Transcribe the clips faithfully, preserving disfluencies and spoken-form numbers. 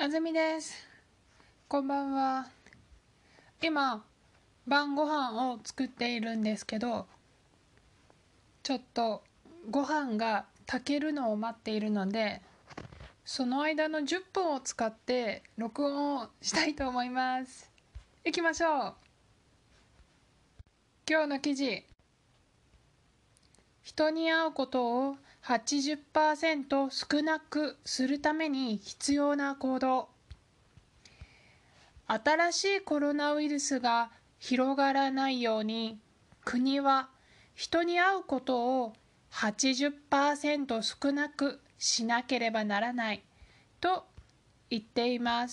あずみです。こんばんは。今晩ご飯を作っているんですけど、ちょっとご飯が炊けるのを待っているので、その間のじゅっぷんを使って録音をしたいと思います。行きましょう。今日の記事、人に会うことを はちじゅっパーセント 少なくするために必要な行動。新しいコロナウイルスが広がらないように、国は人に会うことを はちじゅっパーセント 少なくしなければならないと言っています。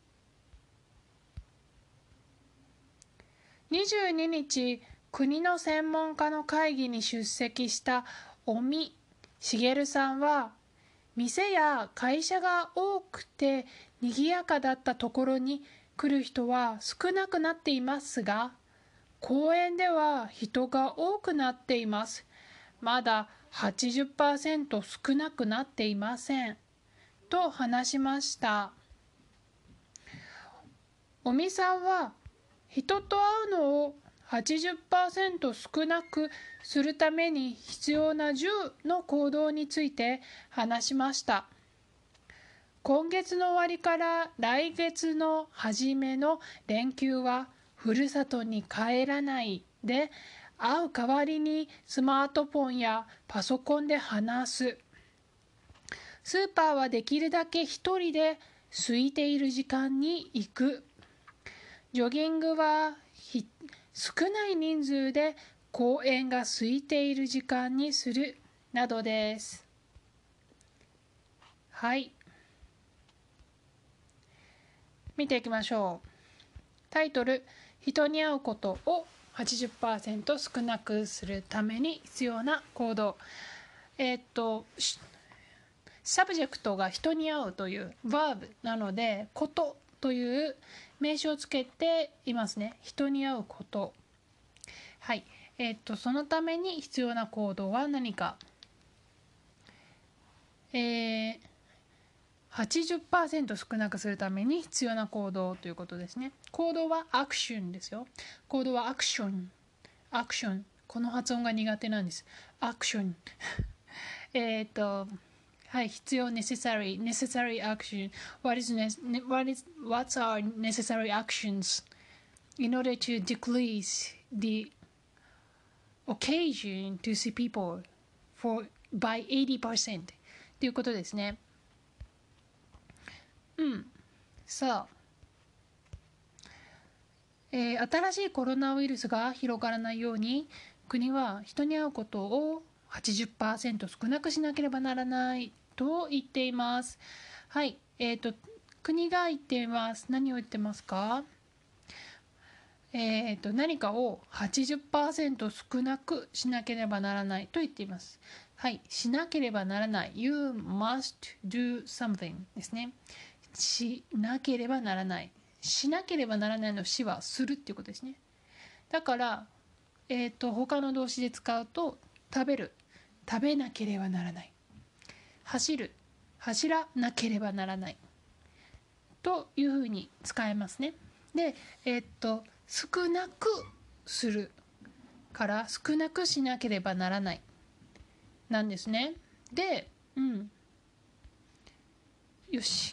にじゅうににち、国の専門家の会議に出席した尾身茂さんは、店や会社が多くて賑やかだったところに来る人は少なくなっていますが、公園では人が多くなっています。まだ はちじゅっパーセント 少なくなっていません。と話しました。尾身さんは、人と会うのを はちじゅっパーセント 少なくするために必要なじゅうの行動について話しました。今月の終わりから来月の初めの連休は、ふるさとに帰らないで、会う代わりにスマートフォンやパソコンで話す。スーパーはできるだけ一人で空いている時間に行く。ジョギングは少ない人数で公園が空いている時間にするなどです。はい。見ていきましょう。タイトル、人に会うことを はちじゅっパーセント 少なくするために必要な行動。えー、っと、サブジェクトが人に会うというバーブなので、ことという名詞をつけていますね。人に会うこと。はい。えー、っと、そのために必要な行動は何か。えー、はちじゅっパーセント 少なくするために必要な行動ということですね。行動はアクションですよ。行動はアクション。アクション。この発音が苦手なんです。アクション。えっと、はい、必要 necessary necessary action. What is ne- what is what's our necessary actions in order to decrease the occasion to see people for by eighty percent ということですね。うん。さあ、えー、新しいコロナウイルスが広がらないように、国は人に会うことを はちじゅっパーセント 少なくしなければならないと言っています。はい、えっと、国が言っています。何を言ってますか？えっと、何かを はちじゅっパーセント 少なくしなければならないと言っています。はい、しなければならない。You must do something ですね。しなければならない。しなければならないのしはするっていうことですね。だから、えっと、他の動詞で使うと、食べる。食べなければならない。走る。走らなければならない。というふうに使えますね。で、えっと、少なくするから少なくしなければならないなんですね。で、うん。よし。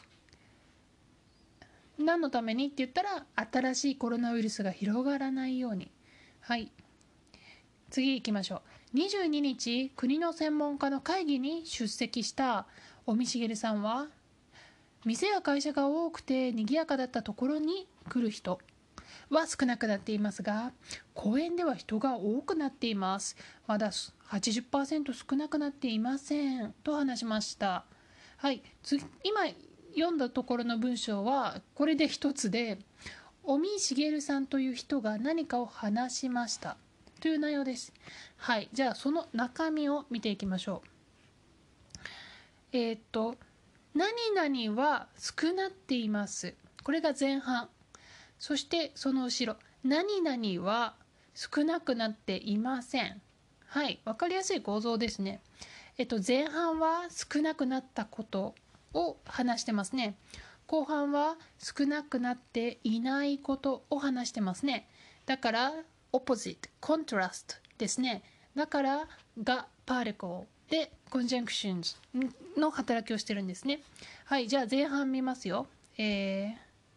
何のためにって言ったら、新しいコロナウイルスが広がらないように。はい。次行きましょう。にじゅうににち、国の専門家の会議に出席した尾身茂さんは、店や会社が多くて賑やかだったところに来る人は少なくなっていますが、公園では人が多くなっています。まだ はちじゅっパーセント 少なくなっていません。と話しました。はい。次、今読んだところの文章はこれで一つで、尾身茂さんという人が何かを話しました。という内容です。はい。じゃあその中身を見ていきましょう。えー、っと、何々は少なっています。これが前半。そしてその後ろ。何々は少なくなっていません。はい。わかりやすい構造ですね。えっと、前半は少なくなったことを話してますね。 後半は少なくなっていないことを話してますね。だから opposite contrast ですね。だからが particle で conjunctions の働きをしてるんですね。はい、じゃあ前半見ますよ。え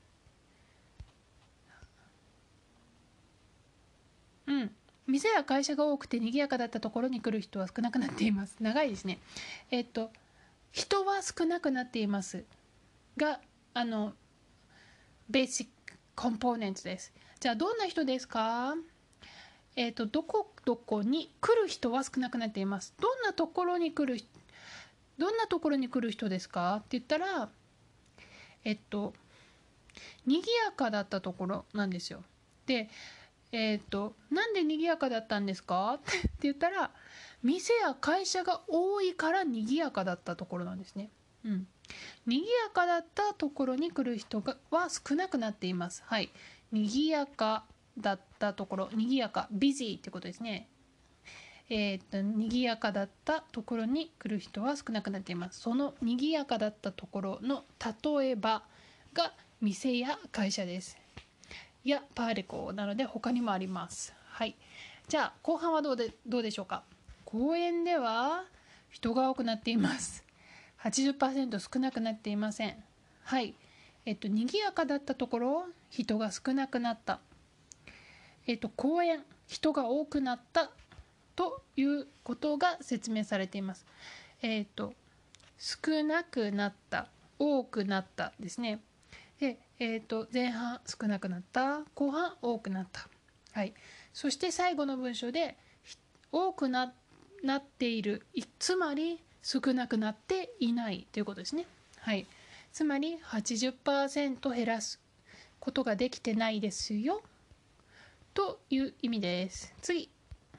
ー、うん店や会社が多くて賑やかだったところに来る人は少なくなっています。長いですね。えっと人は少なくなっていますが、あのベーシックコンポーネントです。じゃあどんな人ですか？えっとどこどこに来る人は少なくなっています。どんなところに来るどんなところに来る人ですかって言ったら、えっと賑やかだったところなんですよ。で、えっとなんで賑やかだったんですかって言ったら、店や会社が多いから賑やかだったところなんですね。うん。賑やかだったところに来る人がは少なくなっています。はい。賑やかだったところ、賑やか、ビジーってことですね。えー、っと賑やかだったところに来る人は少なくなっています。その賑やかだったところの例えばが店や会社です。やパーレコなので他にもあります。はい。じゃあ後半はどうでどうでしょうか。公園では人が多くなっています。はちじゅっパーセント 少なくなっていません。はい。えっと賑やかだったところ人が少なくなった。えっと公園人が多くなったということが説明されています。えっと少なくなった多くなったですね。で、えー、と前半少なくなった後半多くなった、はい、そして最後の文章で多く な, なっているつまり少なくなっていないということですね、はい、つまり はちじゅっパーセント 減らすことができてないですよという意味です。次、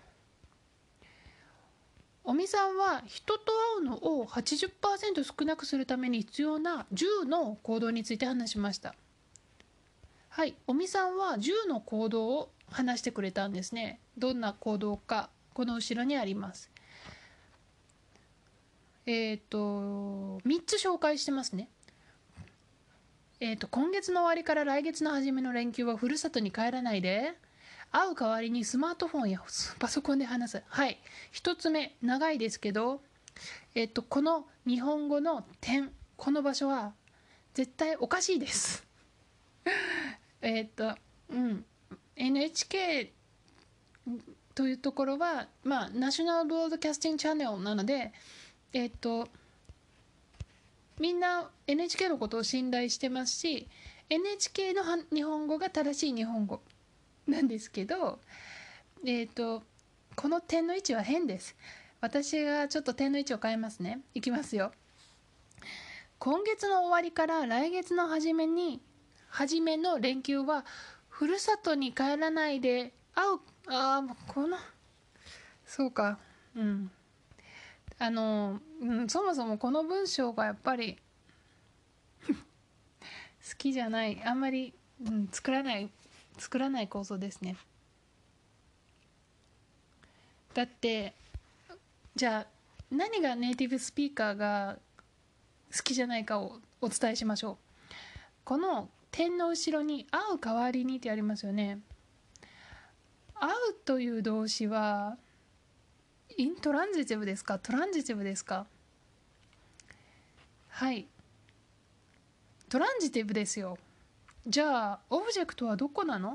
尾身さんは人と会うのを はちじゅっパーセント 少なくするために必要なじゅうの行動について話しました。はい、尾身さんはじゅうの行動を話してくれたんですね。どんな行動かこの後ろにあります。えっ、ー、とみっつ紹介してますね。えっ、ー、と今月の終わりから来月の初めの連休はふるさとに帰らないで、会う代わりにスマートフォンやパソコンで話す。はい、ひとつめ長いですけど、えっ、ー、とこの日本語の点、この場所は絶対おかしいですえっとうん エヌエイチケー というところは、まあ、ナショナルブロードキャスティングチャンネルなので、えっとみんな エヌエイチケー のことを信頼してますし、 エヌエイチケー の日本語が正しい日本語なんですけど、えっとこの点の位置は変です。私がちょっと点の位置を変えますね。いきますよ。今月の終わりから来月の初めに初めの連休はふるさとに帰らないで会う、ああこのそうか、うんあの、うん、そもそもこの文章がやっぱり好きじゃない、あんまり、うん、作らない作らない構想ですね。だってじゃあ何がネイティブスピーカーが好きじゃないかをお伝えしましょう。この点の後ろに会う代わりにってありますよね。会うという動詞はイントランジティブですかトランジティブですか？はい、トランジティブですよ。じゃあオブジェクトはどこなの？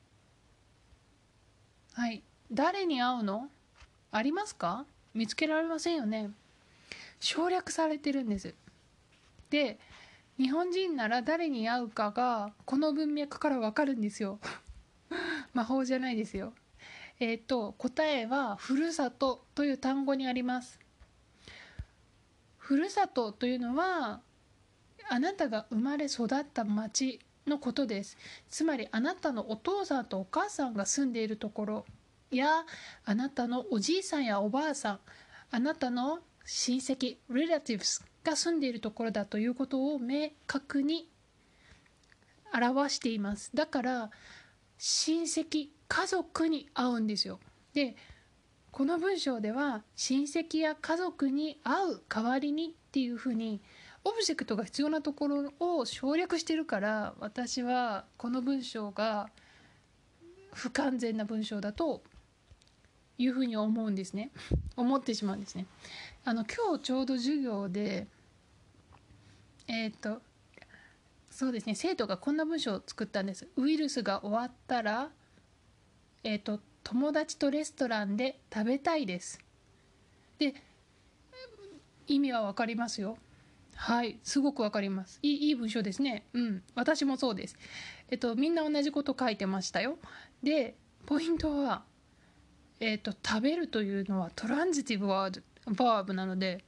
はい、誰に会うの？ありますか？見つけられませんよね。省略されてるんです。で、日本人なら誰に会うかがこの文脈からわかるんですよ魔法じゃないですよ。えっと答えはふるさとという単語にあります。ふるさとというのはあなたが生まれ育った町のことです。つまりあなたのお父さんとお母さんが住んでいるところや、あなたのおじいさんやおばあさん、あなたの親戚 relatives が住んでいるところだということを明確に表しています。だから親戚家族に会うんですよ。でこの文章では親戚や家族に会う代わりにっていうふうにオブジェクトが必要なところを省略してるから、私はこの文章が不完全な文章だというふうに思うんですね。思ってしまうんですね。あの今日ちょうど授業でえっ、ー、とそうですね、生徒がこんな文章を作ったんです。ウイルスが終わったら、えっ、ー、と友達とレストランで食べたいです。で、意味はわかりますよ。はい、すごくわかります。いい、いい文章ですね。うん、私もそうです。えっとみんな同じこと書いてましたよ。で、ポイントは、えっと食べるというのはトランジティブワード、バーブなので、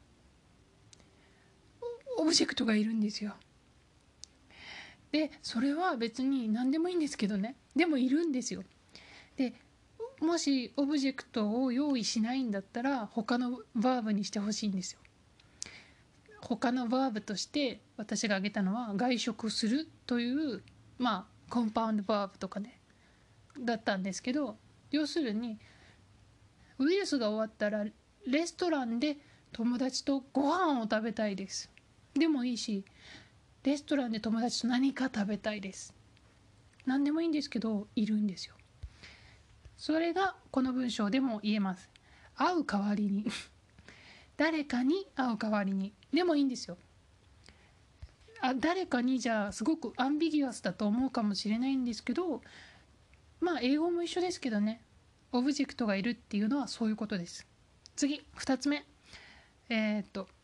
オブジェクトがいるんですよ。で、それは別に何でもいいんですけどね。でもいるんですよ。で、もしオブジェクトを用意しないんだったら他のバーブにしてほしいんですよ。他のバーブとして私が挙げたのは外食するというまあコンパウンドバーブとかねだったんですけど、要するにウイルスが終わったらレストランで友達とご飯を食べたいですでもいいし、レストランで友達と何か食べたいです、何でもいいんですけどいるんですよ。それがこの文章でも言えます。会う代わりに誰かに会う代わりにでもいいんですよ。あ、誰かにじゃあすごくアンビギュアスだと思うかもしれないんですけど、まあ英語も一緒ですけどね、オブジェクトがいるっていうのはそういうことです。次、ふたつめ、えー、っと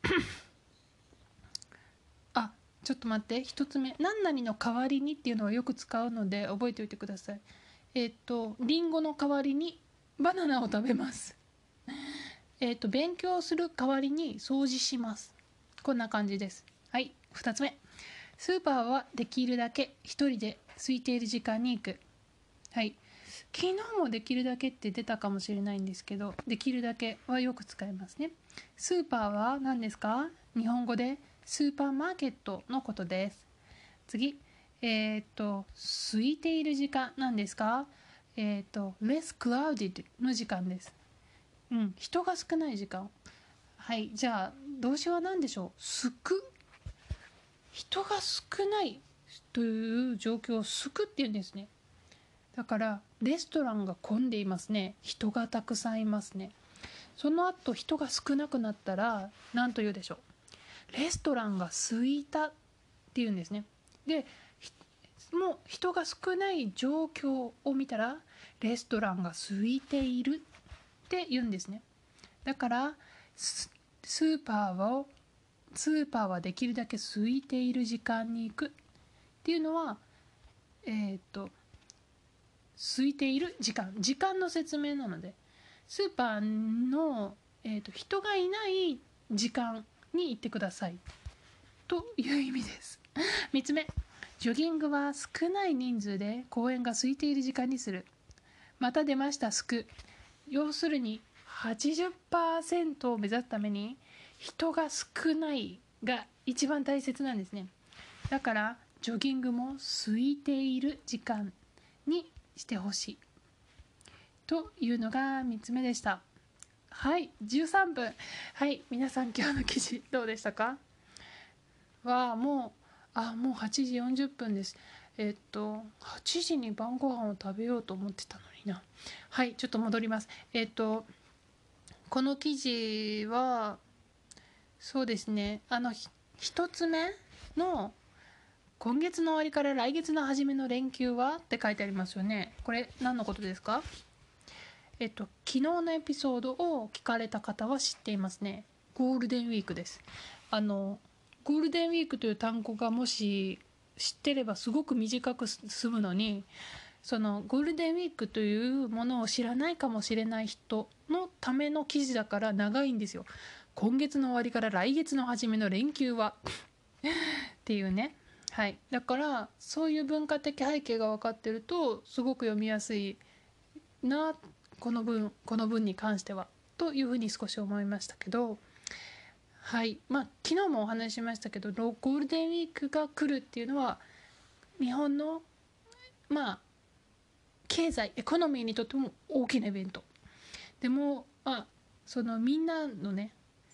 あ、ちょっと待って、ひとつめ、何々の代わりにっていうのはよく使うので覚えておいてください。えー、っとリンゴの代わりにバナナを食べますえっと勉強する代わりに掃除します。こんな感じです。はい、ふたつめ、スーパーはできるだけ一人で空いている時間に行く。はい、昨日もできるだけって出たかもしれないんですけど、できるだけはよく使いますね。スーパーは何ですか？日本語でスーパーマーケットのことです。次、えっ、ー、と空いている時間なんですか？えっ、ー、と less crowded の時間です。うん、人が少ない時間。はい、じゃあ動詞は何でしょう？すく、人が少ないという状況をすくっていうんですね。だからレストランが混んでいますね、人がたくさんいますね。その後人が少なくなったら何と言うでしょう？レストランが空いたっていうんですね。でもう人が少ない状況を見たらレストランが空いているって言うんですね。だからスーパーをスーパーはできるだけ空いている時間に行くっていうのは、えっと空いている時間時間の説明なので、スーパーの、えーと、人がいない時間に行ってくださいという意味ですみっつめ、ジョギングは少ない人数で公園が空いている時間にする。また出ました、すく。要するに はちじゅっパーセント を目指すために人が少ないが一番大切なんですね。だからジョギングも空いている時間にしてほしいというのがみっつめでした。はい、じゅうさんぷん。はい、皆さん今日の記事どうでしたか？わあ、もうあもうはちじよんじゅっぷんです。えっとはちじに晩ご飯を食べようと思ってたのにな。はい、ちょっと戻ります。えっとこの記事はそうですね、あのひとつめの今月の終わりから来月の初めの連休はって書いてありますよね。これ何のことですか？えっと昨日のエピソードを聞かれた方は知っていますね。ゴールデンウィークです。あのゴールデンウィークという単語がもし知ってればすごく短く済むのに、そのゴールデンウィークというものを知らないかもしれない人のための記事だから長いんですよ。今月の終わりから来月の初めの連休はっていうね。はい、だからそういう文化的背景が分かってるとすごく読みやすいな、この文この文に関してはというふうに少し思いましたけど、はい、まあ昨日もお話ししましたけど、ゴールデンウィークが来るっていうのは日本のまあ経済エコノミーにとっても大きなイベントでも、まあ、そのみんなのね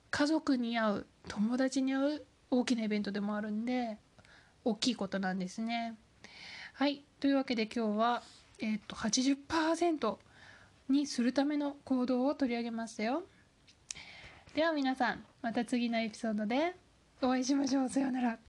家族に会う、友達に会う大きなイベントでもあるんで、大きいことなんですね。はい、というわけで今日は、えー、と はちじゅっパーセント にするための行動を取り上げましたよ。では皆さん、また次のエピソードでお会いしましょう。さようなら。